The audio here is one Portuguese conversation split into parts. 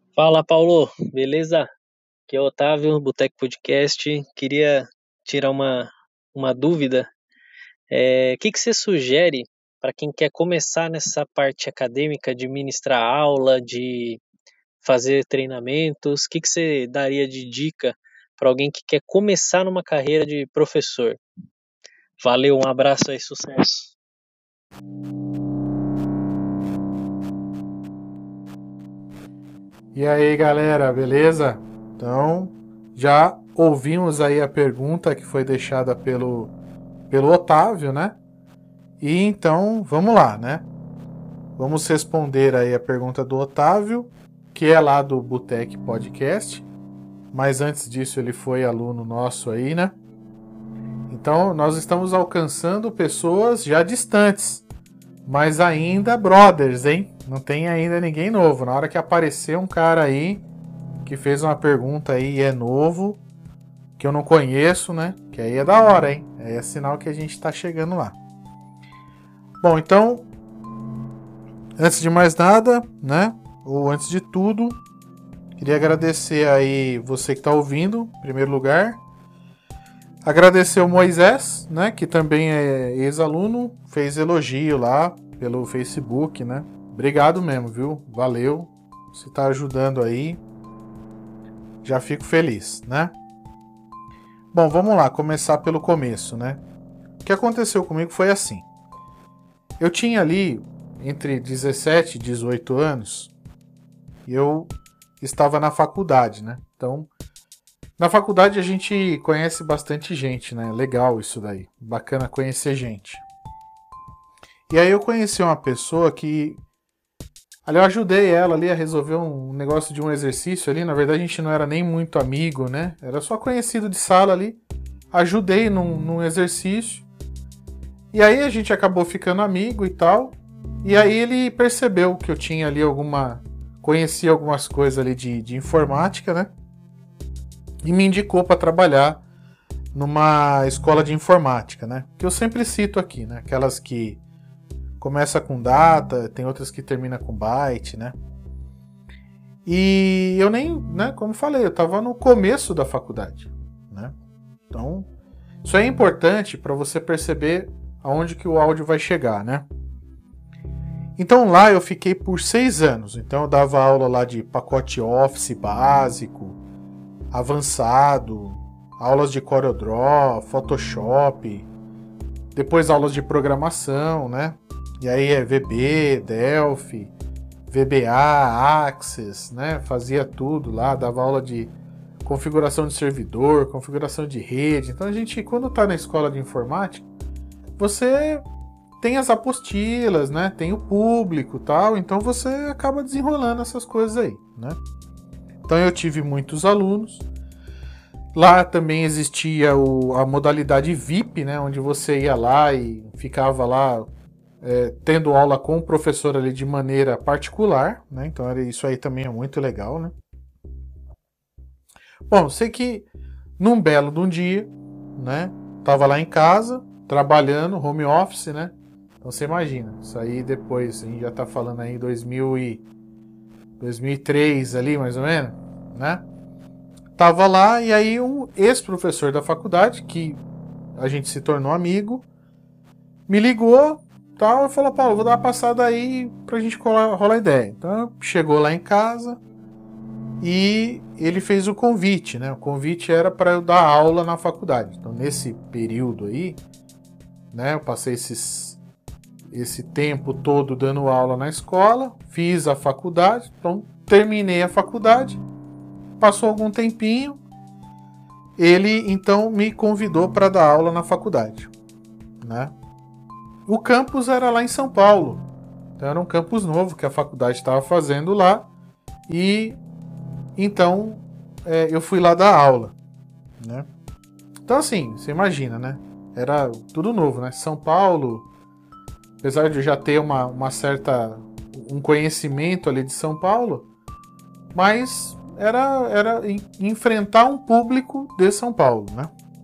Fala, Paulo, beleza? Aqui é o Otávio, Boteco Podcast. Queria tirar uma dúvida. O que você sugere para quem quer começar nessa parte acadêmica de ministrar aula, de fazer treinamentos? O que você daria de dica para alguém que quer começar numa carreira de professor? Valeu, um abraço aí, sucesso. E aí, galera, beleza? Então, já ouvimos aí a pergunta que foi deixada pelo Otávio, né? E então, vamos lá, né? Vamos responder aí a pergunta do Otávio, que é lá do Botec Podcast. Mas antes disso, ele foi aluno nosso aí, né? Então, nós estamos alcançando pessoas já distantes, mas ainda brothers, hein? Não tem ainda ninguém novo. Na hora que aparecer um cara aí que fez uma pergunta aí e é novo, que eu não conheço, né? Que aí é da hora, hein? Aí é sinal que a gente tá chegando lá. Bom, então, antes de mais nada, né? Ou antes de tudo, queria agradecer aí você que tá ouvindo, em primeiro lugar. Agradecer o Moisés, né? Que também é ex-aluno, fez elogio lá pelo Facebook, né? Obrigado mesmo, viu? Valeu. Você tá ajudando aí. Já fico feliz, né? Bom, vamos lá, começar pelo começo, né? O que aconteceu comigo foi assim. Eu tinha ali entre 17 e 18 anos e eu estava na faculdade, né? Então, na faculdade a gente conhece bastante gente, né? Legal isso daí. Bacana conhecer gente. E aí eu conheci uma pessoa que... Ali eu ajudei ela ali a resolver um negócio de um exercício ali. Na verdade a gente não era nem muito amigo, né? Era só conhecido de sala ali. Ajudei num exercício. E aí a gente acabou ficando amigo e tal. E aí ele percebeu que eu tinha ali conhecia algumas coisas ali de informática, né? E me indicou para trabalhar numa escola de informática, né? Que eu sempre cito aqui, né? Aquelas que começa com data, tem outras que termina com byte, né? E eu nem, né? Como falei, eu estava no começo da faculdade, né? Então, isso é importante para você perceber aonde que o áudio vai chegar, né? Então lá eu fiquei por 6 anos. Então eu dava aula lá de pacote Office básico, avançado, aulas de CorelDRAW, Photoshop, depois aulas de programação, né? E aí é VB, Delphi, VBA, Access, né? Fazia tudo lá, dava aula de configuração de servidor, configuração de rede. Então a gente, quando está na escola de informática, você tem as apostilas, né? Tem o público e tal, então você acaba desenrolando essas coisas aí, né? Então eu tive muitos alunos. Lá também existia a modalidade VIP, né? Onde você ia lá e ficava lá tendo aula com o professor ali de maneira particular, né? Então isso aí também é muito legal, né? Bom, sei que num belo de um dia, né? Tava lá em casa, trabalhando, home office, né? Então você imagina, isso aí depois, a gente já tá falando aí em 2003 ali, mais ou menos, né? Tava lá e aí um ex-professor da faculdade, que a gente se tornou amigo, me ligou, tal, e falou, Paulo, vou dar uma passada aí pra gente rolar ideia. Então chegou lá em casa e ele fez o convite, né? O convite era para eu dar aula na faculdade. Então nesse período aí, né, eu passei esse tempo todo dando aula na escola, fiz a faculdade, então terminei a faculdade, passou algum tempinho, ele então me convidou para dar aula na faculdade, né? O campus era lá em São Paulo, então era um campus novo que a faculdade estava fazendo lá e então eu fui lá dar aula, né? Então assim, você imagina, né? Era tudo novo, né? São Paulo, apesar de eu já ter um conhecimento ali de São Paulo, mas era enfrentar um público de São Paulo, né?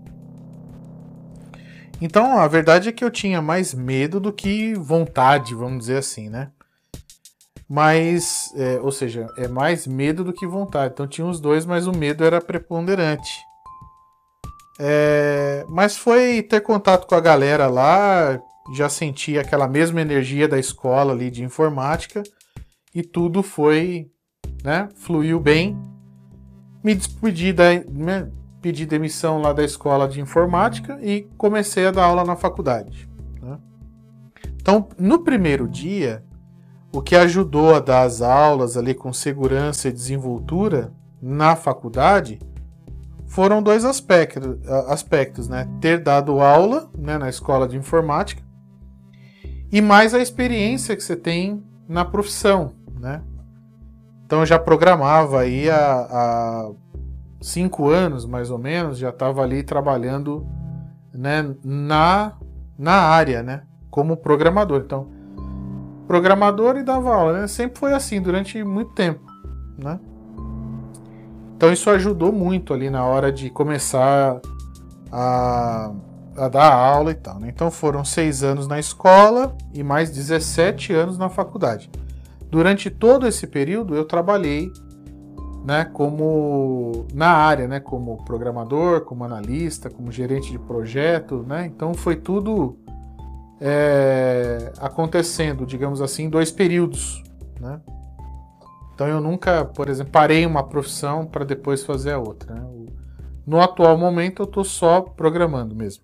Então a verdade é que eu tinha mais medo do que vontade, vamos dizer assim, né? Mas, ou seja, é mais medo do que vontade. Então tinha os dois, mas o medo era preponderante. Mas foi ter contato com a galera lá, já senti aquela mesma energia da escola ali de informática e tudo foi, né, fluiu bem. Me despedi pedi demissão lá da escola de informática e comecei a dar aula na faculdade, né? Então, no primeiro dia, o que ajudou a dar as aulas ali com segurança e desenvoltura na faculdade foram dois aspectos, né? Ter dado aula, né, na escola de informática e mais a experiência que você tem na profissão, né? Então eu já programava aí há 5 anos, mais ou menos, já estava ali trabalhando, né, na área, né, como programador. Então, programador e dava aula, né? Sempre foi assim durante muito tempo, né? Então isso ajudou muito ali na hora de começar a dar aula e tal, né? Então foram 6 anos na escola e mais 17 anos na faculdade. Durante todo esse período eu trabalhei, né, como na área, né, como programador, como analista, como gerente de projeto, né? Então foi tudo acontecendo, digamos assim, em 2 períodos, né? Então eu nunca, por exemplo, parei uma profissão para depois fazer a outra, né? No atual momento eu estou só programando mesmo.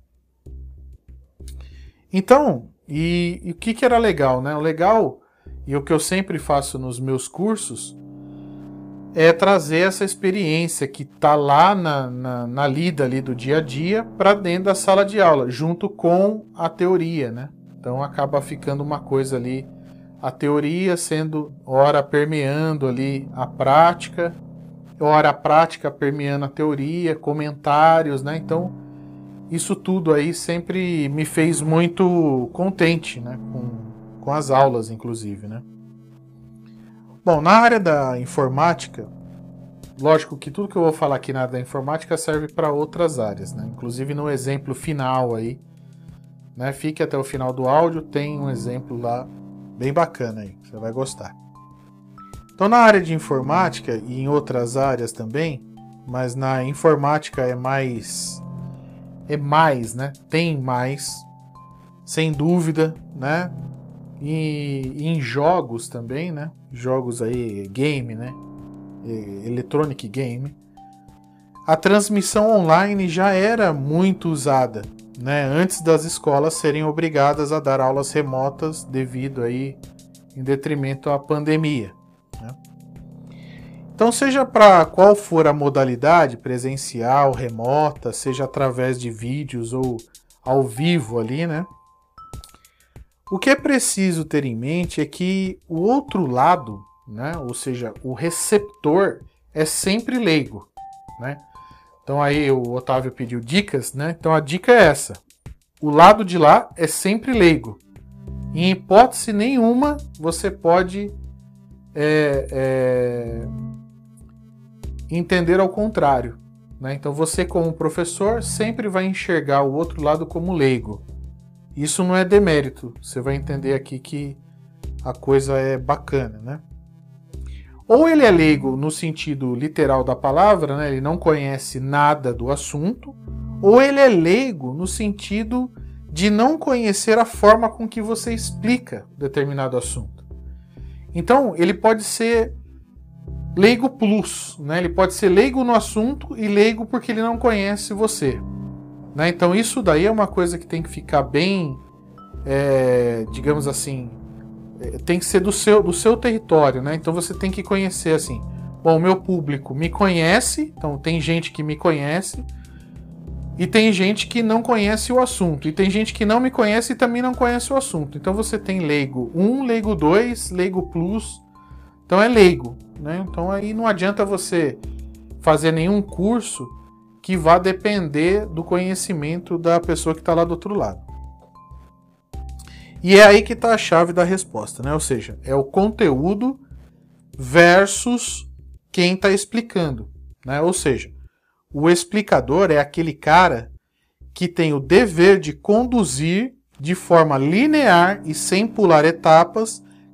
Então, e o que era legal, né? O legal, e o que eu sempre faço nos meus cursos, é trazer essa experiência que está lá na lida ali do dia a dia para dentro da sala de aula, junto com a teoria, né? Então acaba ficando uma coisa ali, a teoria sendo ora permeando ali a prática, ora a prática permeando a teoria, comentários, né? Então isso tudo aí sempre me fez muito contente, né? Com as aulas, inclusive, né? Bom, na área da informática, lógico que tudo que eu vou falar aqui na área da informática serve para outras áreas, né? Inclusive no exemplo final aí, né? Fique até o final do áudio, tem um exemplo lá bem bacana aí, você vai gostar. Então na área de informática e em outras áreas também, mas na informática é mais, né? Tem mais, sem dúvida, né? E em jogos também, né? Jogos aí, game, né? Electronic game. A transmissão online já era muito usada, né? Antes das escolas serem obrigadas a dar aulas remotas devido aí, em detrimento à pandemia, né? Então, seja para qual for a modalidade, presencial, remota, seja através de vídeos ou ao vivo ali, né? O que é preciso ter em mente é que o outro lado, né, ou seja, o receptor, é sempre leigo, né? Então aí o Otávio pediu dicas, né? Então a dica é essa. O lado de lá é sempre leigo. Em hipótese nenhuma você pode entender ao contrário, né? Então você, como professor, sempre vai enxergar o outro lado como leigo. Isso não é demérito, você vai entender aqui que a coisa é bacana, né? Ou ele é leigo no sentido literal da palavra, né? Ele não conhece nada do assunto, ou ele é leigo no sentido de não conhecer a forma com que você explica determinado assunto. Então, ele pode ser leigo plus, né? Ele pode ser leigo no assunto e leigo porque ele não conhece você, né? Então isso daí é uma coisa que tem que ficar bem, digamos assim, tem que ser do seu território, né? Então você tem que conhecer assim, bom, o meu público me conhece, então tem gente que me conhece e tem gente que não conhece o assunto, e tem gente que não me conhece e também não conhece o assunto. Então você tem leigo 1, leigo 2, leigo plus, então é leigo, né? Então aí não adianta você fazer nenhum curso que vá depender do conhecimento da pessoa que está lá do outro lado. E é aí que está a chave da resposta, né? Ou seja, é o conteúdo versus quem está explicando, né? Ou seja, o explicador é aquele cara que tem o dever de conduzir de forma linear e sem pular etapas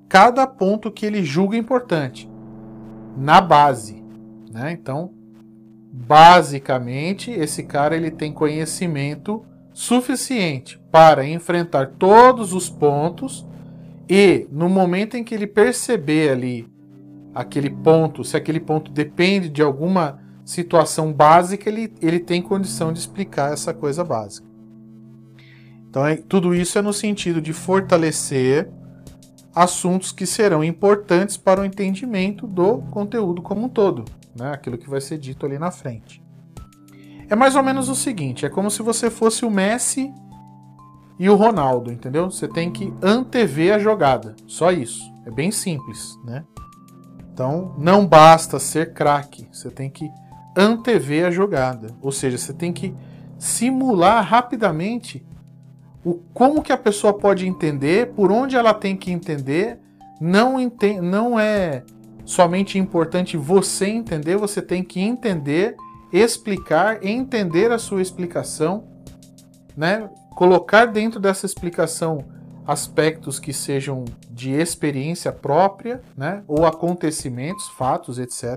cada ponto que ele julga importante na base, né? Então, basicamente, esse cara ele tem conhecimento suficiente para enfrentar todos os pontos e no momento em que ele perceber ali aquele ponto, se aquele ponto depende de alguma situação básica, ele tem condição de explicar essa coisa básica. Então, tudo isso é no sentido de fortalecer assuntos que serão importantes para o entendimento do conteúdo como um todo, né? Aquilo que vai ser dito ali na frente. É mais ou menos o seguinte, é como se você fosse o Messi e o Ronaldo, entendeu? Você tem que antever a jogada, só isso. É bem simples, né? Então, não basta ser craque, você tem que antever a jogada, ou seja, você tem que simular rapidamente como que a pessoa pode entender, por onde ela tem que entender. Não é somente importante você entender, você tem que entender, explicar, entender a sua explicação, né? Colocar dentro dessa explicação aspectos que sejam de experiência própria, né? Ou acontecimentos, fatos, etc.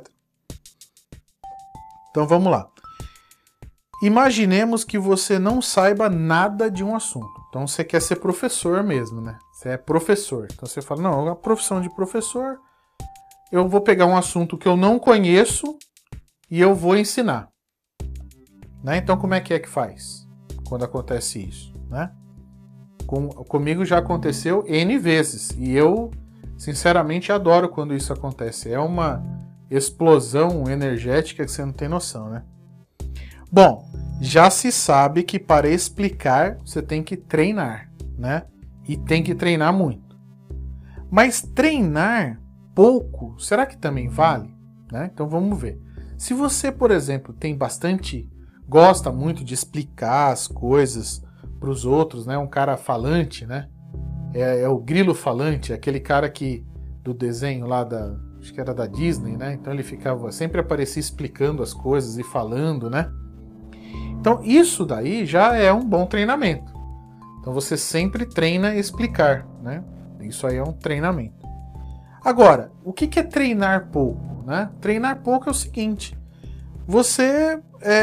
Então vamos lá. Imaginemos que você não saiba nada de um assunto. Então você quer ser professor mesmo, né? Você é professor. Então você fala, não, a profissão de professor, eu vou pegar um assunto que eu não conheço e eu vou ensinar. Né? Então como é que faz quando acontece isso? Né? Comigo já aconteceu N vezes. E eu, sinceramente, adoro quando isso acontece. É uma explosão energética que você não tem noção, né? Bom, já se sabe que para explicar você tem que treinar, né? E tem que treinar muito. Mas treinar pouco, será que também vale? Né? Então vamos ver. Se você, por exemplo, gosta muito de explicar as coisas para os outros, né? Um cara falante, né? É o grilo falante, aquele cara do desenho lá acho que era da Disney, né? Então ele sempre aparecia explicando as coisas e falando, né? Então isso daí já é um bom treinamento. Então você sempre treina explicar, né? Isso aí é um treinamento. Agora, o que é treinar pouco, né? Treinar pouco é o seguinte: você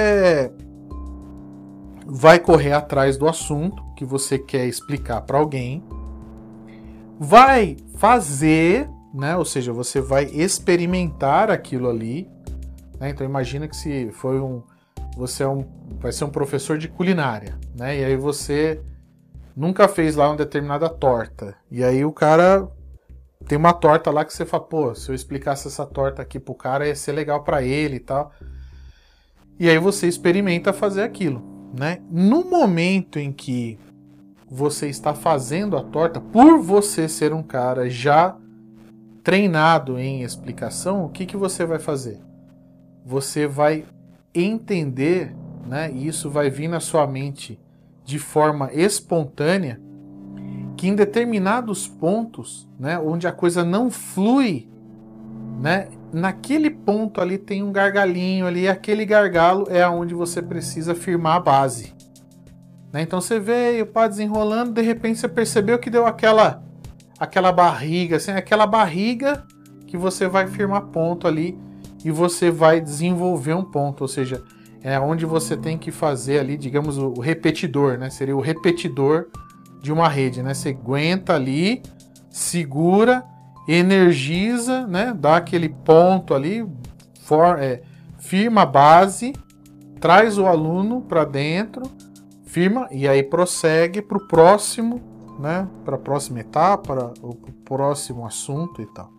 vai correr atrás do assunto que você quer explicar para alguém, vai fazer, né? Ou seja, você vai experimentar aquilo ali, né? Então imagina que se foi vai ser um professor de culinária, né? E aí você nunca fez lá uma determinada torta. E aí o cara tem uma torta lá que você fala, pô, se eu explicasse essa torta aqui pro cara ia ser legal para ele e tal. E aí você experimenta fazer aquilo, né? No momento em que você está fazendo a torta, por você ser um cara já treinado em explicação, o que você vai fazer? Você vai entender, né, e isso vai vir na sua mente de forma espontânea, que em determinados pontos, né, onde a coisa não flui, né, naquele ponto ali tem um gargalinho ali, e aquele gargalo é onde você precisa firmar a base. Né? Então você veio, pá, desenrolando, de repente você percebeu que deu aquela barriga, assim, aquela barriga que você vai firmar ponto ali e você vai desenvolver um ponto, ou seja, é onde você tem que fazer ali, digamos, o repetidor, né? Seria o repetidor de uma rede, né? Você aguenta ali, segura, energiza, né? Dá aquele ponto ali, firma a base, traz o aluno para dentro, firma e aí prossegue para o próximo, né? Para a próxima etapa, para o próximo assunto e tal.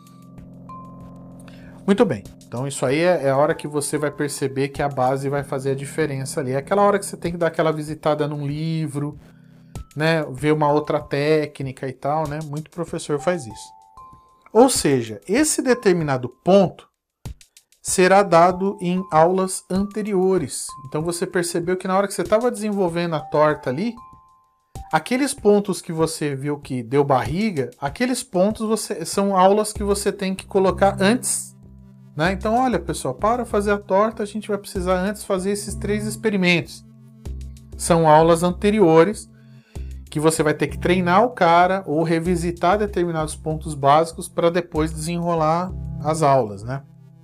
Muito bem, então isso aí é a hora que você vai perceber que a base vai fazer a diferença ali. É aquela hora que você tem que dar aquela visitada num livro, né, ver uma outra técnica e tal, né? Muito professor faz isso. Ou seja, esse determinado ponto será dado em aulas anteriores. Então você percebeu que na hora que você estava desenvolvendo a torta ali, aqueles pontos que você viu que deu barriga, aqueles pontos são aulas que você tem que colocar antes. Né? Então, olha, pessoal, para fazer a torta, a gente vai precisar antes fazer esses 3 experimentos. São aulas anteriores que você vai ter que treinar o cara ou revisitar determinados pontos básicos para depois desenrolar as aulas, né?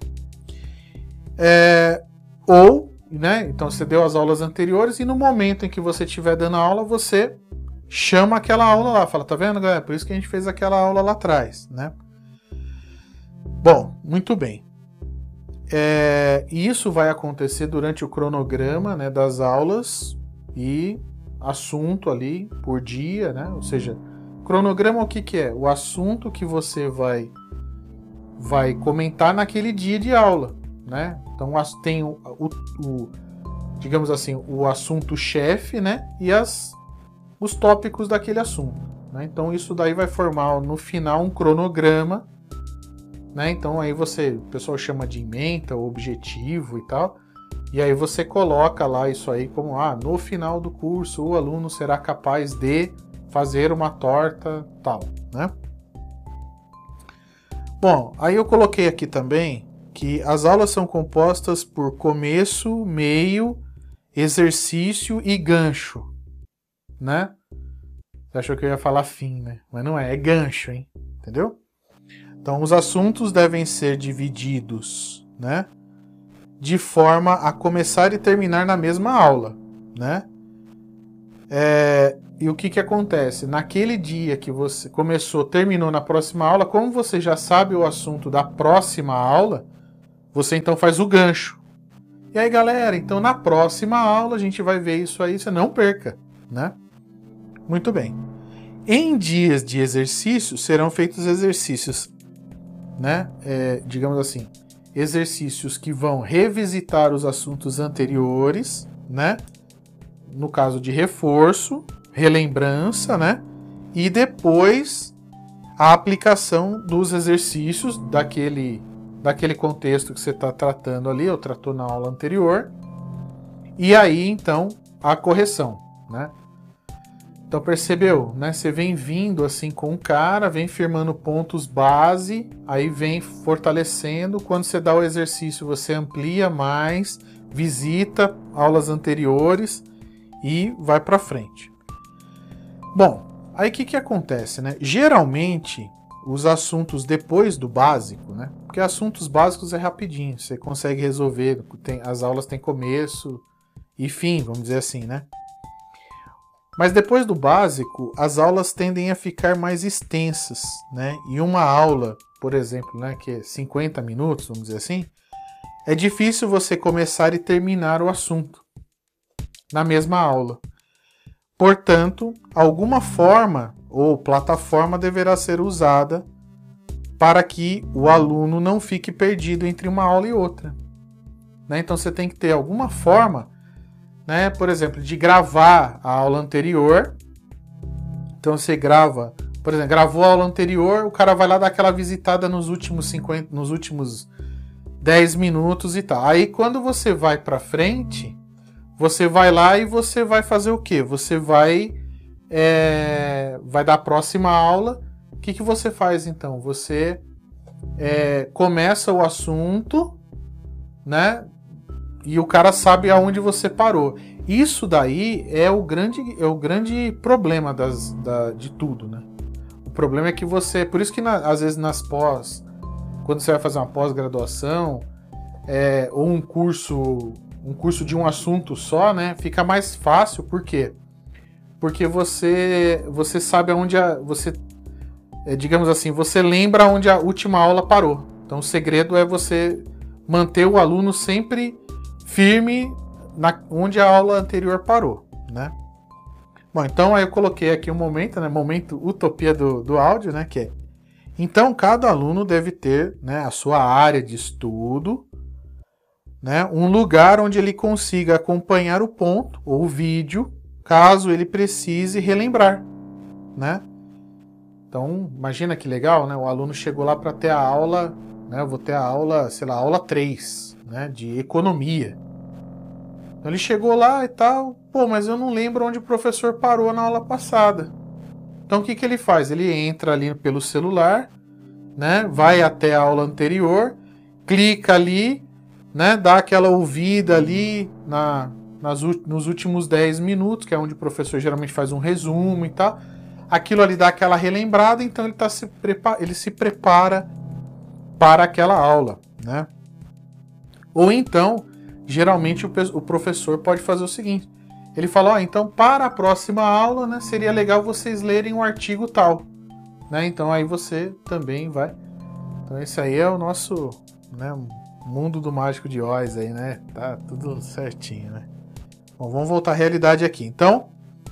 Ou, né? Então você deu as aulas anteriores e no momento em que você estiver dando aula, você chama aquela aula lá, fala, tá vendo, galera? Por isso que a gente fez aquela aula lá atrás, né? Bom, muito bem. E isso vai acontecer durante o cronograma, né, das aulas e assunto ali por dia, né? Ou seja, cronograma o que é? O assunto que você vai comentar naquele dia de aula, né? Então tem digamos assim, o assunto-chefe, né? E os tópicos daquele assunto, né? Então isso daí vai formar no final um cronograma, né? Então aí o pessoal chama de ementa, objetivo e tal, e aí você coloca lá isso aí como, no final do curso o aluno será capaz de fazer uma torta tal, né? Bom, aí eu coloquei aqui também que as aulas são compostas por começo, meio, exercício e gancho, né? Você achou que eu ia falar fim, né? Mas não é gancho, hein? Entendeu? Então, os assuntos devem ser divididos, né, de forma a começar e terminar na mesma aula, né? E o que acontece? Naquele dia que você começou, terminou na próxima aula, como você já sabe o assunto da próxima aula, você então faz o gancho. E aí, galera, então na próxima aula a gente vai ver isso aí, você não perca, né? Muito bem. Em dias de exercício, serão feitos exercícios, né? Digamos assim, exercícios que vão revisitar os assuntos anteriores, né? No caso de reforço, relembrança, né? E depois a aplicação dos exercícios daquele contexto que você está tratando ali, ou tratou na aula anterior. E aí, então, a correção, né? Então percebeu, né? Você vem vindo assim com o cara, vem firmando pontos base, aí vem fortalecendo. Quando você dá o exercício, você amplia mais, visita aulas anteriores e vai para frente. Bom, aí o que acontece, né? Geralmente, os assuntos depois do básico, né? Porque assuntos básicos é rapidinho, você consegue resolver, as aulas têm começo e fim, vamos dizer assim, né? Mas depois do básico, as aulas tendem a ficar mais extensas, né? E uma aula, por exemplo, né, que é 50 minutos, vamos dizer assim, é difícil você começar e terminar o assunto na mesma aula. Portanto, alguma forma ou plataforma deverá ser usada para que o aluno não fique perdido entre uma aula e outra, né? Então você tem que ter alguma forma, né, por exemplo, de gravar a aula anterior. Então você grava, por exemplo, gravou a aula anterior, o cara vai lá dar aquela visitada nos últimos 10 minutos e tal. Aí quando você vai para frente, você vai lá e você vai fazer o quê? Você vai dar a próxima aula. O que você faz então? Você começa o assunto, né? E o cara sabe aonde você parou. Isso daí é o grande problema de tudo, né? O problema é que você... Por isso que às vezes quando você vai fazer uma pós-graduação, ou um curso de um assunto só, né? Fica mais fácil. Por quê? Porque você sabe aonde digamos assim, você lembra onde a última aula parou. Então o segredo é você manter o aluno sempre firme onde a aula anterior parou, né? Bom, então aí eu coloquei aqui um momento, né? Momento utopia do áudio, né? Que é, então cada aluno deve ter, né, a sua área de estudo, né? Um lugar onde ele consiga acompanhar o ponto ou o vídeo, caso ele precise relembrar, né? Então imagina que legal, né? O aluno chegou lá para ter a aula, né? Eu vou ter a aula, sei lá, aula 3, né, de economia. Então ele chegou lá e tal, mas eu não lembro onde o professor parou na aula passada. Então o que ele faz? Ele entra ali pelo celular, né, vai até a aula anterior, clica ali, né, dá aquela ouvida ali nos últimos 10 minutos, que é onde o professor geralmente faz um resumo e tal. Aquilo ali dá aquela relembrada, então ele se prepara para aquela aula, né? Ou então, geralmente o professor pode fazer o seguinte, ele fala, então para a próxima aula, né, seria legal vocês lerem um artigo tal, né? Então aí você também vai. Então esse aí é o nosso, né, mundo do Mágico de Oz aí, né? Tá tudo certinho, né? Bom, vamos voltar à realidade aqui. Então,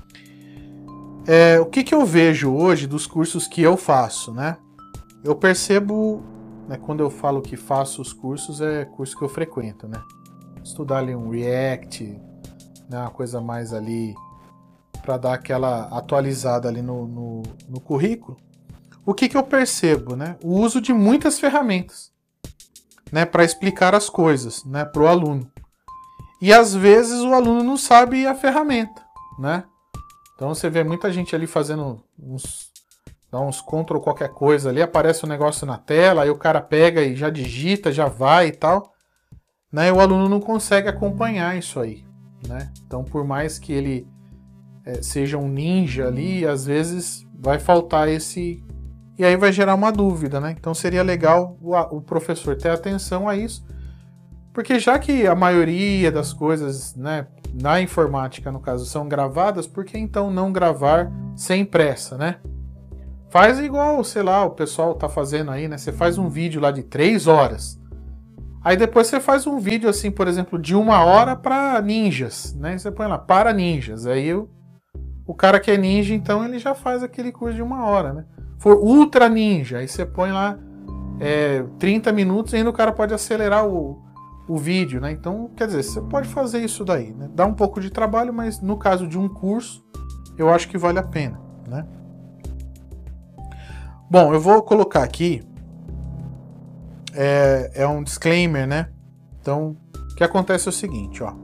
o que eu vejo hoje dos cursos que eu faço, né? Eu percebo, né, quando eu falo que faço os cursos, é curso que eu frequento, né? Estudar ali um React, né, uma coisa mais ali para dar aquela atualizada ali no currículo. O que eu percebo, né? O uso de muitas ferramentas, né, para explicar as coisas, né, para o aluno. E às vezes o aluno não sabe a ferramenta, né? Então você vê muita gente ali fazendo dá uns Ctrl qualquer coisa ali, aparece um negócio na tela, aí o cara pega e já digita, já vai e tal, né? E o aluno não consegue acompanhar isso aí, né? Então por mais que ele seja um ninja ali, às vezes vai faltar esse... E aí vai gerar uma dúvida, né? Então seria legal o professor ter atenção a isso, porque já que a maioria das coisas, né, na informática, no caso, são gravadas, por que então não gravar sem pressa, né? Faz igual, sei lá, o pessoal tá fazendo aí, né? Você faz um vídeo lá de 3 horas. Aí depois você faz um vídeo, assim, por exemplo, de 1 hora para ninjas, né? Você põe lá, para ninjas. Aí o cara que é ninja, então, ele já faz aquele curso de 1 hora, né? For ultra ninja, aí você põe lá 30 minutos e ainda o cara pode acelerar o vídeo, né? Então, quer dizer, você pode fazer isso daí, né? Dá um pouco de trabalho, mas no caso de um curso, eu acho que vale a pena, né? Bom, eu vou colocar aqui um disclaimer, né? Então, o que acontece é o seguinte, ó.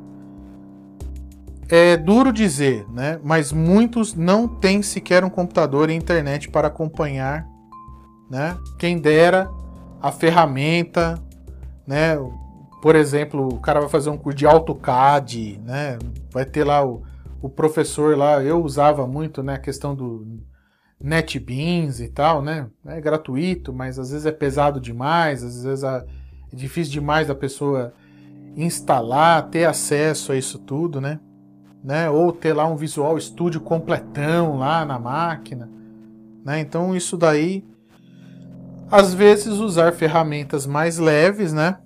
É duro dizer, né? Mas muitos não têm sequer um computador e internet para acompanhar, né? Quem dera a ferramenta, né? Por exemplo, o cara vai fazer um curso de AutoCAD, né? Vai ter lá o professor lá, eu usava muito, né, a questão do NetBeans e tal, né? É gratuito, mas às vezes é pesado demais, às vezes é difícil demais da pessoa instalar, ter acesso a isso tudo, né? Ou ter lá um Visual Studio completão lá na máquina, né? Então isso daí, às vezes usar ferramentas mais leves, né?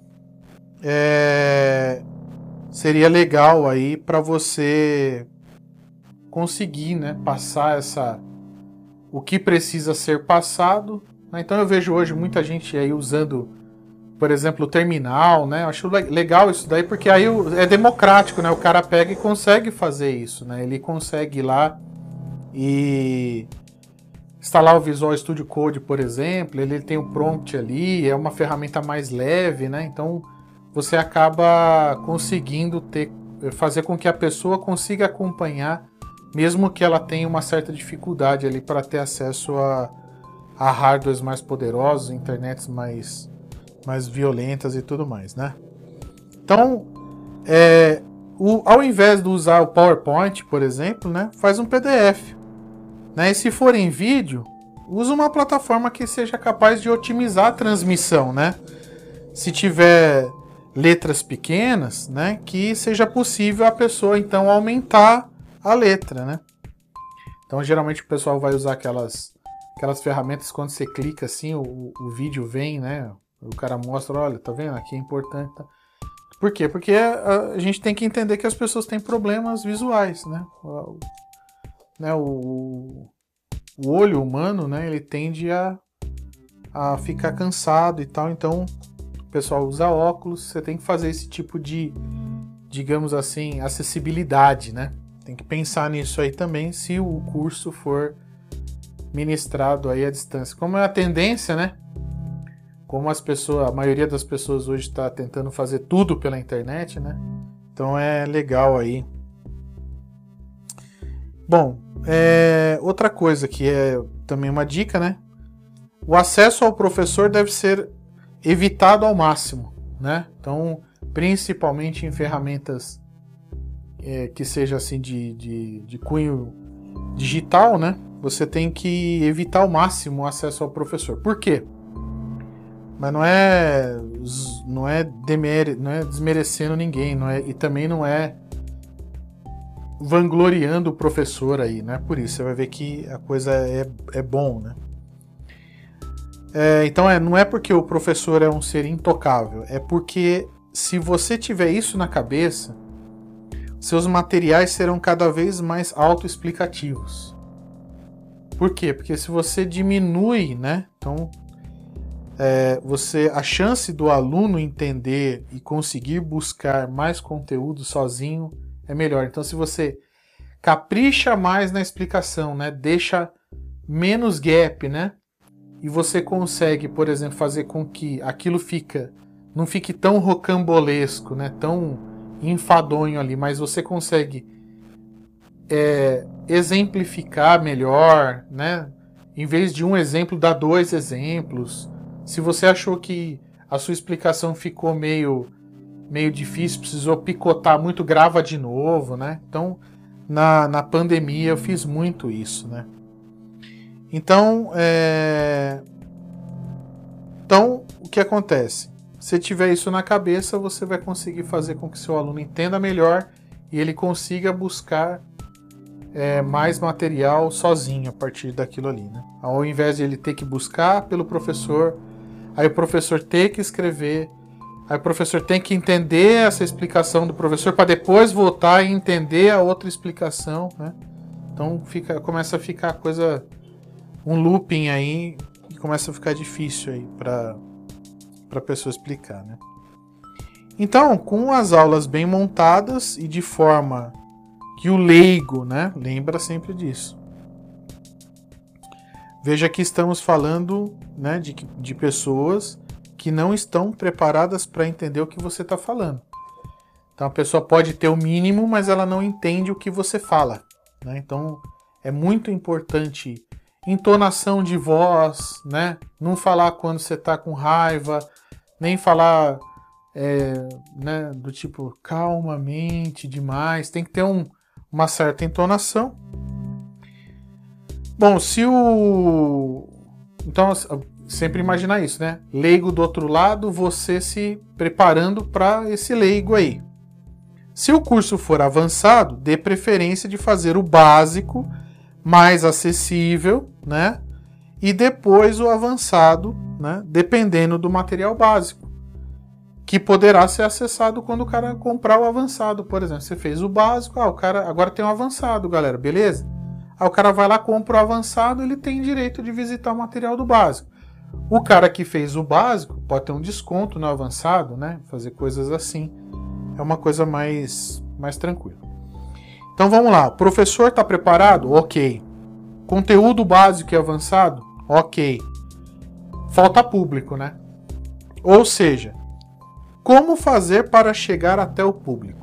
Seria legal aí para você conseguir, né, passar o que precisa ser passado, né? Então eu vejo hoje muita gente aí usando, por exemplo, o terminal, né? Eu acho legal isso daí, porque aí é democrático, né? O cara pega e consegue fazer isso, né? Ele consegue ir lá e instalar o Visual Studio Code, por exemplo, ele tem o prompt ali, é uma ferramenta mais leve, né? Então você acaba conseguindo fazer com que a pessoa consiga acompanhar, mesmo que ela tenha uma certa dificuldade ali para ter acesso a hardwares mais poderosos, internets mais violentas e tudo mais, né? Então, ao invés de usar o PowerPoint, por exemplo, né, faz um PDF, né? E se for em vídeo, usa uma plataforma que seja capaz de otimizar a transmissão, né? Se tiver letras pequenas, né, que seja possível a pessoa então aumentar a letra, né? Então geralmente o pessoal vai usar aquelas ferramentas, quando você clica assim, o vídeo vem, né? O cara mostra, olha, tá vendo? Aqui é importante. Tá? Por quê? Porque a gente tem que entender que as pessoas têm problemas visuais, né? O olho humano, né? Ele tende a ficar cansado e tal. Então, o pessoal usa óculos. Você tem que fazer esse tipo de, digamos assim, acessibilidade, né? Tem que pensar nisso aí também, se o curso for ministrado aí à distância. Como é a tendência, né? Como a maioria das pessoas hoje está tentando fazer tudo pela internet, né? Então é legal aí. Bom, outra coisa que é também uma dica, né? O acesso ao professor deve ser evitado ao máximo, né? Então, principalmente em ferramentas que seja assim de cunho digital, né? Você tem que evitar ao máximo o acesso ao professor. Por quê? Mas não é desmerecendo ninguém, e também não é vangloriando o professor aí, né? Por isso, você vai ver que a coisa é bom, né? Então não é porque o professor é um ser intocável, é porque se você tiver isso na cabeça, seus materiais serão cada vez mais autoexplicativos. Por quê? Porque se você diminui, né? Então, a chance do aluno entender e conseguir buscar mais conteúdo sozinho é melhor. Então, se você capricha mais na explicação, né? Deixa menos gap, né? E você consegue, por exemplo, fazer com que aquilo não fique tão rocambolesco, né? Tão enfadonho ali, mas você consegue exemplificar melhor, né? Em vez de um exemplo, dar 2 exemplos. Se você achou que a sua explicação ficou meio difícil, precisou picotar muito, grava de novo, né? Então, na pandemia eu fiz muito isso, né? Então, o que acontece? Se tiver isso na cabeça, você vai conseguir fazer com que seu aluno entenda melhor e ele consiga buscar mais material sozinho a partir daquilo ali, né? Ao invés de ele ter que buscar pelo professor, aí o professor ter que escrever, aí o professor tem que entender essa explicação do professor para depois voltar e entender a outra explicação, né? Então começa a ficar um looping aí e começa a ficar difícil aí para a pessoa explicar, né? Então, com as aulas bem montadas e de forma que o leigo, né, lembra sempre disso. Veja que estamos falando, né, de pessoas que não estão preparadas para entender o que você está falando. Então a pessoa pode ter o mínimo, mas ela não entende o que você fala, né? Então é muito importante entonação de voz, né? Não falar quando você está com raiva, nem falar né, do tipo calmamente demais. Tem que ter uma certa entonação. Bom, então, sempre imaginar isso, né? Leigo do outro lado, você se preparando para esse leigo aí. Se o curso for avançado, dê preferência de fazer o básico, mais acessível, né? E depois o avançado, né? Dependendo do material básico, que poderá ser acessado quando o cara comprar o avançado, por exemplo. Você fez o básico, o cara agora tem o avançado, galera, beleza? Aí o cara vai lá, compra o avançado, ele tem direito de visitar o material do básico. O cara que fez o básico pode ter um desconto no avançado, né? Fazer coisas assim. É uma coisa mais tranquila. Então vamos lá. O professor está preparado? Ok. Conteúdo básico e avançado? Ok. Falta público, né? Ou seja, como fazer para chegar até o público?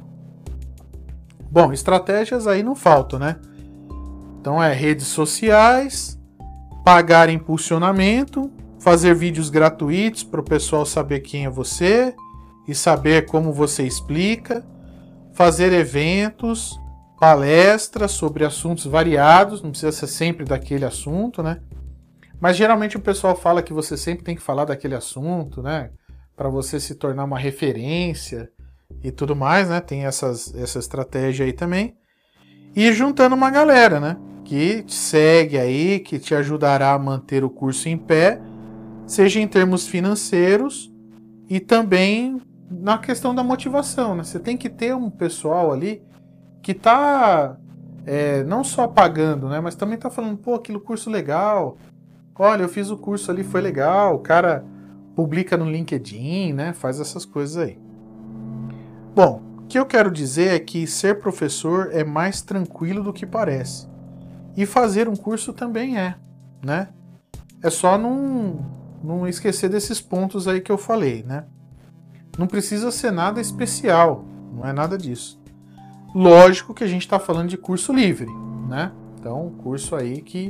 Bom, estratégias aí não faltam, né? Então redes sociais, pagar impulsionamento, fazer vídeos gratuitos para o pessoal saber quem é você e saber como você explica, fazer eventos, palestras sobre assuntos variados, não precisa ser sempre daquele assunto, né? Mas geralmente o pessoal fala que você sempre tem que falar daquele assunto, né? Para você se tornar uma referência e tudo mais, né? Tem essa estratégia aí também. E juntando uma galera, né? Que te segue aí, que te ajudará a manter o curso em pé, seja em termos financeiros e também na questão da motivação, né? Você tem que ter um pessoal ali que tá não só pagando, né? Mas também tá falando, pô, aquele curso legal. Olha, eu fiz o curso ali, foi legal. O cara publica no LinkedIn, né? Faz essas coisas aí. Bom, o que eu quero dizer é que ser professor é mais tranquilo do que parece. E fazer um curso também né? É só não esquecer desses pontos aí que eu falei, né? Não precisa ser nada especial, não é nada disso. Lógico que a gente está falando de curso livre, né? Então, curso aí que...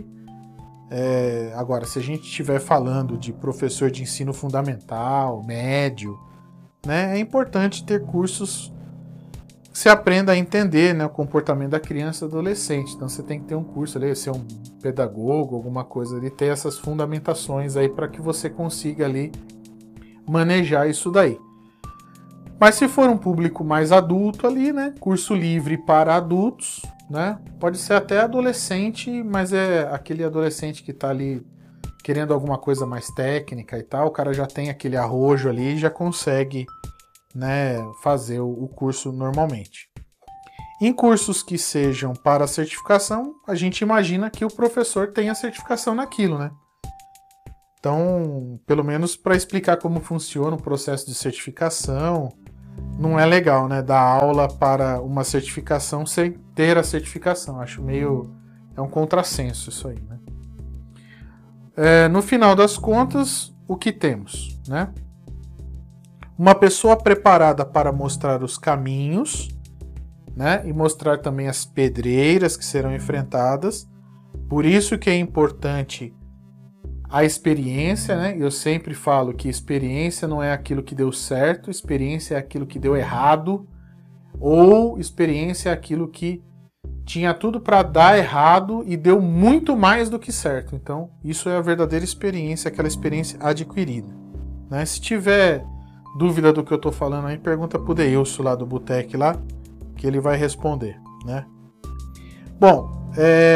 Agora, se a gente estiver falando de professor de ensino fundamental, médio, né? É importante ter cursos você aprenda a entender, né, o comportamento da criança e do adolescente. Então você tem que ter um curso ali, ser um pedagogo, alguma coisa ali, ter essas fundamentações aí para que você consiga ali manejar isso daí. Mas se for um público mais adulto ali, né, curso livre para adultos, né, pode ser até adolescente, mas é aquele adolescente que está ali querendo alguma coisa mais técnica e tal, o cara já tem aquele arrojo ali e já consegue, né, fazer o curso normalmente. Em cursos que sejam para certificação, a gente imagina que o professor tenha certificação naquilo, né? Então, pelo menos para explicar como funciona o processo de certificação, não é legal, né, dar aula para uma certificação sem ter a certificação. Acho meio... é um contrassenso isso aí, né? No final das contas, o que temos, né? Uma pessoa preparada para mostrar os caminhos, né? E mostrar também as pedreiras que serão enfrentadas. Por isso que é importante a experiência, né? Eu sempre falo que experiência não é aquilo que deu certo, experiência é aquilo que deu errado, ou experiência é aquilo que tinha tudo para dar errado e deu muito mais do que certo. Então, isso é a verdadeira experiência, aquela experiência adquirida, né? Se tiver dúvida do que eu estou falando aí, pergunta pro Deilson lá do Botec lá, que ele vai responder, né? Bom,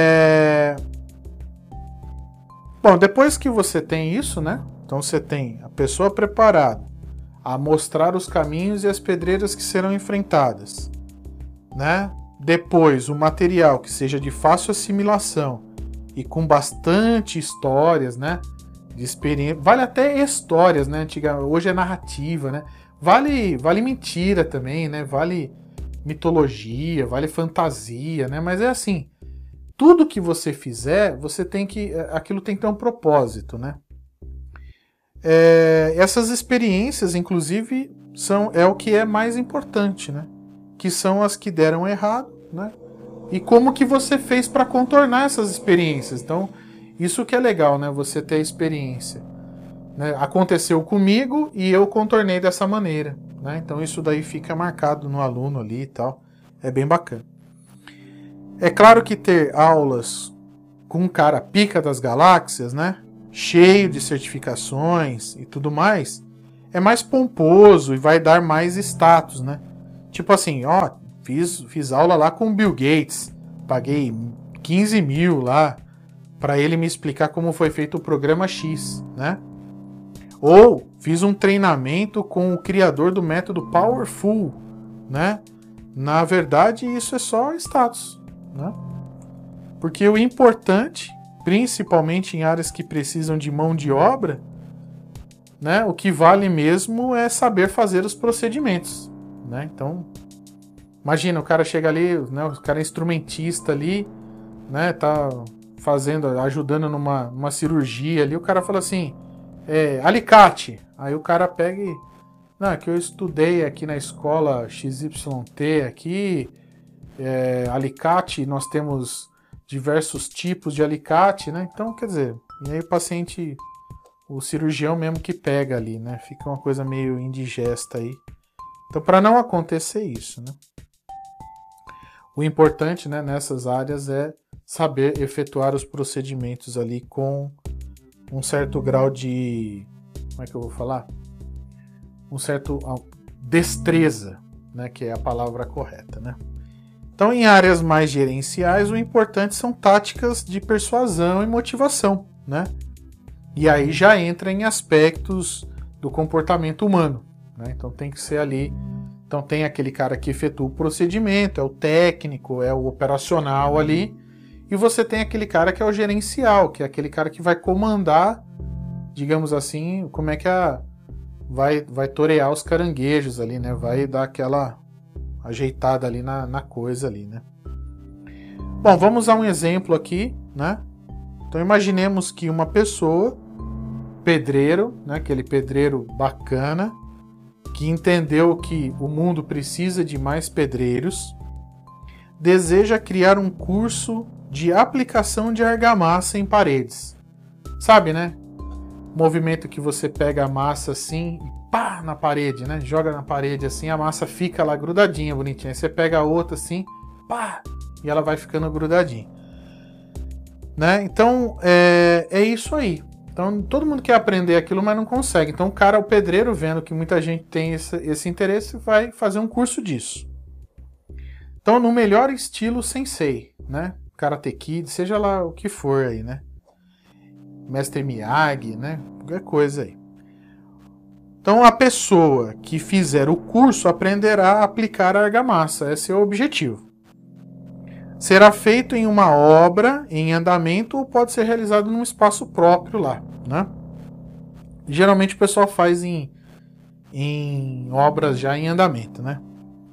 depois que você tem isso, né? Então você tem a pessoa preparada a mostrar os caminhos e as pedreiras que serão enfrentadas, né? Depois, o material que seja de fácil assimilação e com bastante histórias, né? De experiência. Vale até histórias, né? Hoje é narrativa, né? Vale mentira também, né? Vale mitologia, vale fantasia, né? Mas é assim, tudo que você fizer, aquilo tem que ter um propósito, né? Essas experiências, inclusive, é o que é mais importante, né? Que são as que deram errado, né? E como que você fez para contornar essas experiências. Então, isso que é legal, né? Você ter experiência, né? Aconteceu comigo e eu contornei dessa maneira, né? Então, isso daí fica marcado no aluno ali e tal. É bem bacana. É claro que ter aulas com um cara pica das galáxias, né? Cheio de certificações e tudo mais, é mais pomposo e vai dar mais status, né? Tipo assim, ó, fiz aula lá com o Bill Gates, paguei 15 mil lá para ele me explicar como foi feito o programa X, né? Ou fiz um treinamento com o criador do método Powerful, né? Na verdade, isso é só status, né? Porque o importante, principalmente em áreas que precisam de mão de obra, né? O que vale mesmo é saber fazer os procedimentos, né? Então, imagina, o cara chega ali, né, o cara é instrumentista ali, né, tá ajudando numa cirurgia ali, o cara fala assim, alicate. Aí o cara pega e, não, que eu estudei aqui na escola XYT aqui, alicate, nós temos diversos tipos de alicate, né? Então, quer dizer, e aí o cirurgião mesmo que pega ali, né? Fica uma coisa meio indigesta aí. Então, para não acontecer isso, né? O importante, né, nessas áreas é saber efetuar os procedimentos ali com um certo grau de... como é que eu vou falar? Um certo destreza, né, que é a palavra correta, né? Então, em áreas mais gerenciais, o importante são táticas de persuasão e motivação, né? E aí já entra em aspectos do comportamento humano, né? Então tem que ser ali. Então tem aquele cara que efetua o procedimento, é o técnico, é o operacional ali, e você tem aquele cara que é o gerencial, que é aquele cara que vai comandar, digamos assim, como é que vai torear os caranguejos ali, né? Vai dar aquela ajeitada ali na coisa ali, né? Bom, vamos a um exemplo aqui, né? Então imaginemos que uma pessoa, pedreiro, né? Aquele pedreiro bacana, que entendeu que o mundo precisa de mais pedreiros, deseja criar um curso de aplicação de argamassa em paredes. Sabe, né? Movimento que você pega a massa assim e pá, na parede, né? Joga na parede assim, a massa fica lá grudadinha, bonitinha. Aí você pega a outra assim, pá, e ela vai ficando grudadinha. Né? Então, é isso aí. Então, todo mundo quer aprender aquilo, mas não consegue. Então, o pedreiro, vendo que muita gente tem esse interesse, vai fazer um curso disso. Então, no melhor estilo sensei, né? Karate Kid, seja lá o que for aí, né? Mestre Miyagi, né? Qualquer coisa aí. Então, a pessoa que fizer o curso aprenderá a aplicar a argamassa. Esse é o objetivo. Será feito em uma obra em andamento ou pode ser realizado num espaço próprio lá, né? Geralmente o pessoal faz em obras já em andamento, né?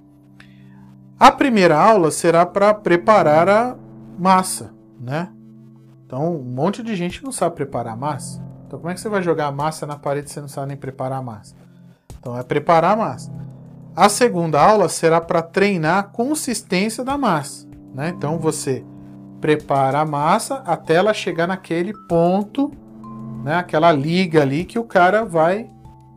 A primeira aula será para preparar a massa, né? Então, um monte de gente não sabe preparar massa. Então, como é que você vai jogar a massa na parede se você não sabe nem preparar a massa? Então, é preparar a massa. A segunda aula será para treinar a consistência da massa. Né? Então você prepara a massa até ela chegar naquele ponto, né? Aquela liga ali que o cara vai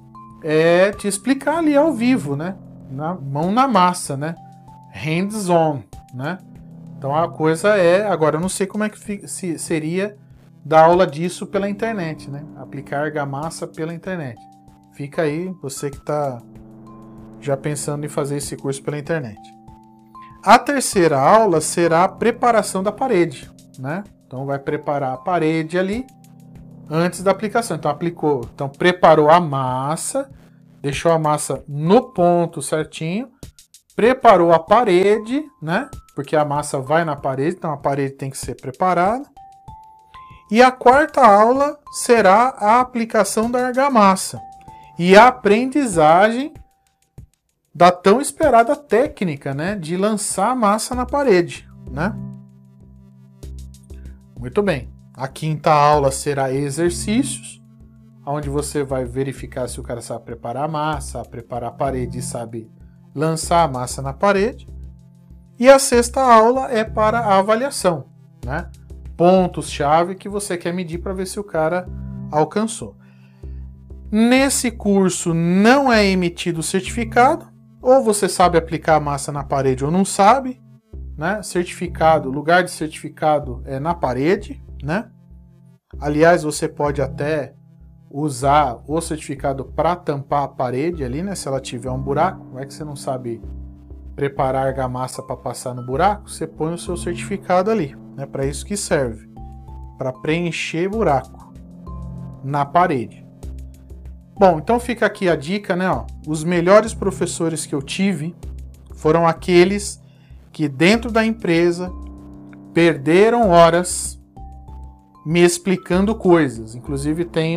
te explicar ali ao vivo, né? Mão na massa, né? Hands on, né? Então a coisa agora eu não sei como é que seria dar aula disso pela internet, né? Aplicar argamassa pela internet. Fica aí, você que está já pensando em fazer esse curso pela internet. A terceira aula será a preparação da parede, né? Então vai preparar a parede ali antes da aplicação. Então preparou a massa, deixou a massa no ponto certinho, preparou a parede, né? Porque a massa vai na parede, então a parede tem que ser preparada. E a quarta aula será a aplicação da argamassa e a aprendizagem da tão esperada técnica, né, de lançar a massa na parede, né? Muito bem. A quinta aula será exercícios, onde você vai verificar se o cara sabe preparar a massa, preparar a parede e sabe lançar a massa na parede. E a sexta aula é para a avaliação, né? Pontos-chave que você quer medir para ver se o cara alcançou. Nesse curso não é emitido certificado. Ou você sabe aplicar a massa na parede ou não sabe, né? Certificado, lugar de certificado é na parede, né? Aliás, você pode até usar o certificado para tampar a parede ali, né? Se ela tiver um buraco, não é que você não sabe preparar a argamassa para passar no buraco, você põe o seu certificado ali, né? Para isso que serve, para preencher buraco na parede. Bom, então fica aqui a dica, né? Ó, os melhores professores que eu tive foram aqueles que dentro da empresa perderam horas me explicando coisas. Inclusive tem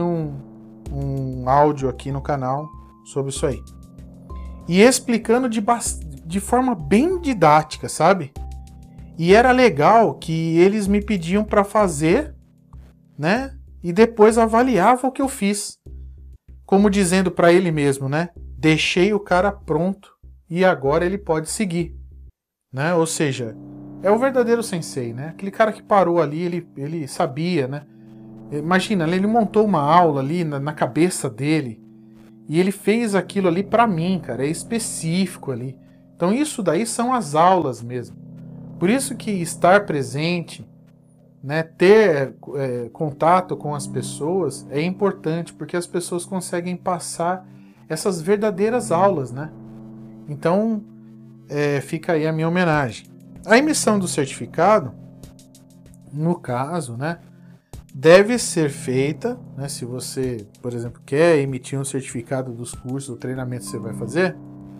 um áudio aqui no canal sobre isso aí. E explicando de forma bem didática, sabe? E era legal que eles me pediam para fazer, né? E depois avaliava o que eu fiz. Como dizendo para ele mesmo, né? Deixei o cara pronto e agora ele pode seguir, né? Ou seja, é o verdadeiro sensei, né? Aquele cara que parou ali, ele sabia, né? Imagina, ele montou uma aula ali na cabeça dele e ele fez aquilo ali para mim, cara. É específico ali. Então isso daí são as aulas mesmo. Por isso que estar presente, né, ter contato com as pessoas é importante, porque as pessoas conseguem passar essas verdadeiras aulas, né? Então, fica aí a minha homenagem. A emissão do certificado, no caso, né, deve ser feita, né, se você, por exemplo, quer emitir um certificado dos cursos, do treinamento que você vai fazer,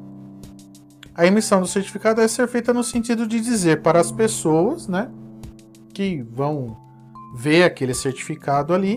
a emissão do certificado deve ser feita no sentido de dizer para as pessoas, né, que vão ver aquele certificado ali,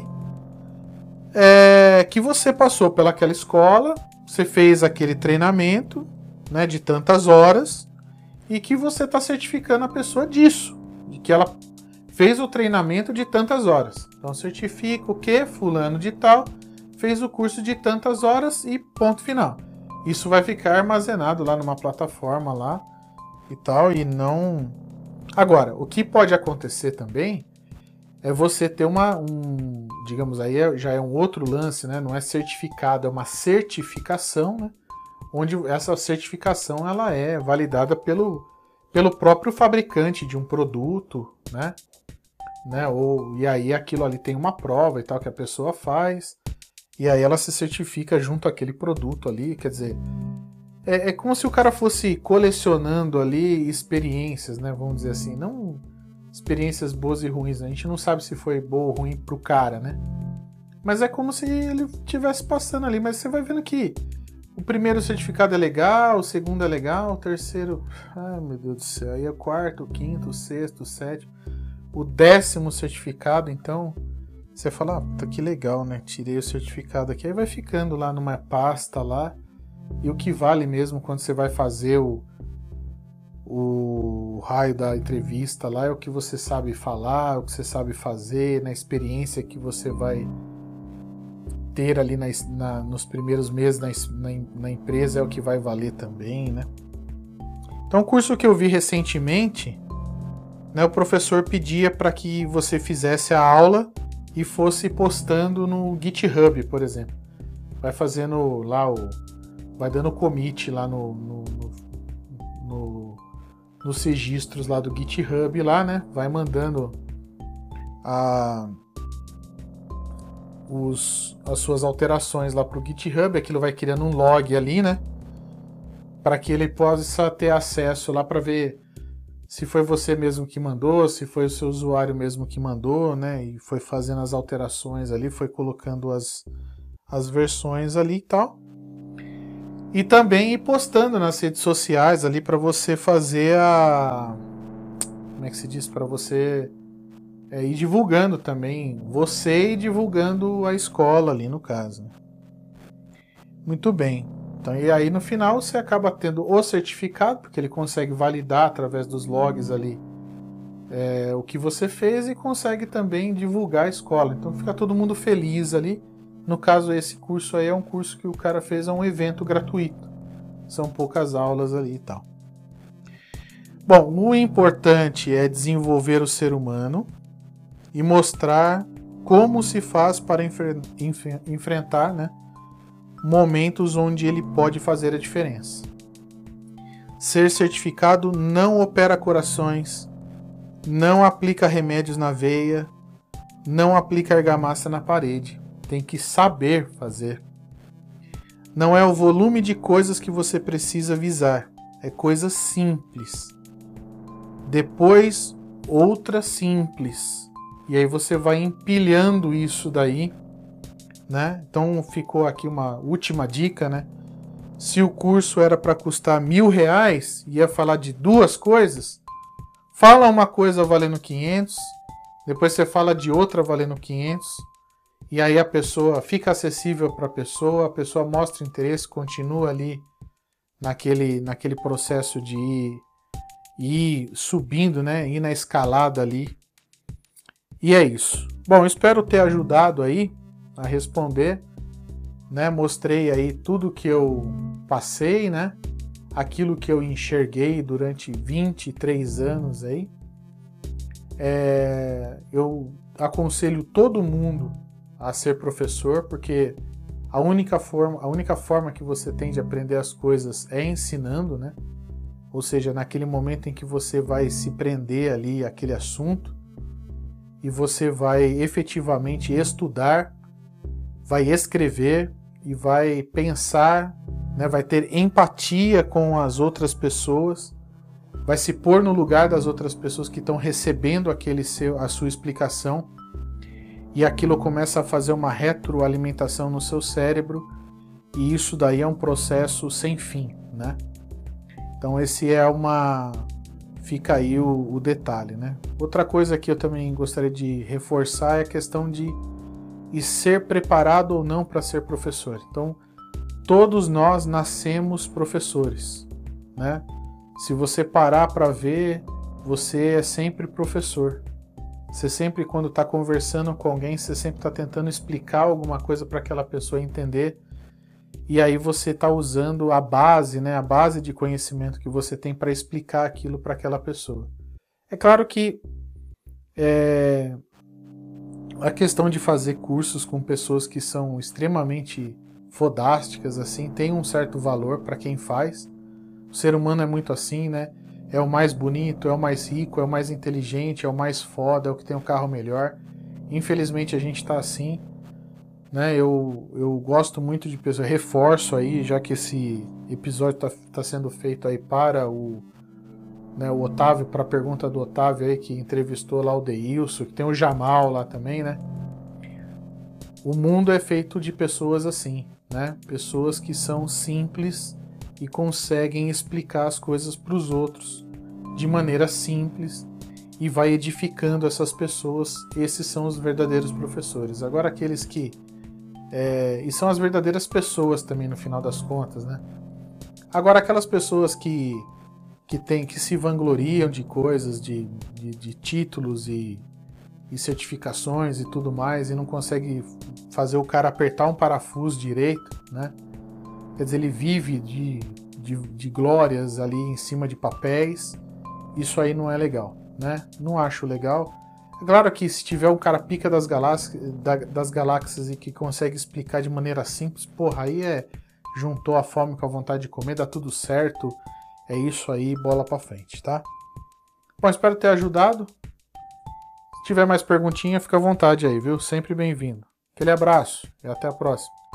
que você passou pelaquela escola, você fez aquele treinamento, né, de tantas horas, e que você está certificando a pessoa disso, de que ela fez o treinamento de tantas horas. Então certifica o que? Fulano de tal fez o curso de tantas horas e ponto final. Isso vai ficar armazenado lá numa plataforma lá e tal, e não... Agora, o que pode acontecer também é você ter digamos, aí já é um outro lance, né? Não é certificado, é uma certificação, né? Onde essa certificação ela é validada pelo próprio fabricante de um produto, né? E aí aquilo ali tem uma prova e tal que a pessoa faz, e aí ela se certifica junto àquele produto ali, quer dizer, é como se o cara fosse colecionando ali experiências, né? Vamos dizer assim, não experiências boas e ruins, né? A gente não sabe se foi boa ou ruim pro cara, né? Mas é como se ele estivesse passando ali, mas você vai vendo que o primeiro certificado é legal, o segundo é legal, o terceiro, ai meu Deus do céu, aí é o quarto, o quinto, o sexto, o sétimo, o 10º certificado, então você fala, tá que legal, né? Tirei o certificado aqui, aí vai ficando lá numa pasta lá, e o que vale mesmo quando você vai fazer o raio da entrevista lá é o que você sabe falar, o que você sabe fazer, na experiência que você vai ter ali nos primeiros meses na empresa é o que vai valer também, né? Então, o curso que eu vi recentemente, né, o professor pedia para que você fizesse a aula e fosse postando no GitHub, por exemplo. Vai fazendo lá vai dando commit lá nos registros lá do GitHub lá, né? Vai mandando as suas alterações lá pro GitHub, aquilo vai criando um log ali, né? Para que ele possa ter acesso lá para ver se foi você mesmo que mandou, se foi o seu usuário mesmo que mandou, né? E foi fazendo as alterações ali, foi colocando as versões ali e tal. E também ir postando nas redes sociais ali para você fazer como é que se diz? Para você ir divulgando também, você e divulgando a escola ali no caso. Muito bem. Então, e aí no final você acaba tendo o certificado, porque ele consegue validar através dos logs ali o que você fez e consegue também divulgar a escola. Então fica todo mundo feliz ali. No caso, esse curso aí é um curso que o cara fez, um evento gratuito. São poucas aulas ali e tal. Bom, o importante é desenvolver o ser humano e mostrar como se faz para enfrentar, né, momentos onde ele pode fazer a diferença. Ser certificado não opera corações, não aplica remédios na veia, não aplica argamassa na parede. Tem que saber fazer. Não é o volume de coisas que você precisa visar, é coisa simples. Depois, outra simples. E aí você vai empilhando isso daí, né? Então ficou aqui uma última dica, né? Se o curso era para custar R$1.000 e ia falar de duas coisas, fala uma coisa valendo 500, depois você fala de outra valendo 500, e aí a pessoa fica acessível para a pessoa mostra interesse, continua ali naquele processo de ir subindo, né? Ir na escalada ali. E é isso. Bom, espero ter ajudado aí a responder, né? Mostrei aí tudo que eu passei, né? Aquilo que eu enxerguei durante 23 anos aí. Eu aconselho todo mundo a ser professor, porque a única forma que você tem de aprender as coisas é ensinando, né? Ou seja, naquele momento em que você vai se prender ali àquele assunto e você vai efetivamente estudar, vai escrever e vai pensar, né? Vai ter empatia com as outras pessoas, vai se pôr no lugar das outras pessoas que estão recebendo a sua explicação, e aquilo começa a fazer uma retroalimentação no seu cérebro, e isso daí é um processo sem fim, né? Então esse fica aí o detalhe, né? Outra coisa que eu também gostaria de reforçar é a questão de ser preparado ou não para ser professor. Então, todos nós nascemos professores, né? Se você parar para ver, você é sempre professor. Você sempre, quando está conversando com alguém, você sempre está tentando explicar alguma coisa para aquela pessoa entender. E aí você está usando a base, né? A base de conhecimento que você tem para explicar aquilo para aquela pessoa. É claro que a questão de fazer cursos com pessoas que são extremamente fodásticas, assim, tem um certo valor para quem faz. O ser humano é muito assim, né? É o mais bonito, é o mais rico, é o mais inteligente, é o mais foda, é o que tem o carro melhor. Infelizmente a gente tá assim, né? Eu gosto muito de pessoas, reforço aí, já que esse episódio tá sendo feito aí para o Otávio, para a pergunta do Otávio aí, que entrevistou lá o Deilson, que tem o Jamal lá também, né? O mundo é feito de pessoas assim, né? Pessoas que são simples e conseguem explicar as coisas para os outros de maneira simples e vai edificando essas pessoas. Esses são os verdadeiros professores. Agora aqueles que e são as verdadeiras pessoas também no final das contas, né? Agora aquelas pessoas que se vangloriam de coisas, de títulos e certificações e tudo mais, e não consegue fazer o cara apertar um parafuso direito, né? Quer dizer, ele vive de glórias ali em cima de papéis. Isso aí não é legal, né? Não acho legal. É claro que se tiver um cara pica das galáxias e que consegue explicar de maneira simples, porra, aí juntou a fome com a vontade de comer, dá tudo certo. É isso aí, bola pra frente, tá? Bom, espero ter ajudado. Se tiver mais perguntinha, fica à vontade aí, viu? Sempre bem-vindo. Aquele abraço e até a próxima.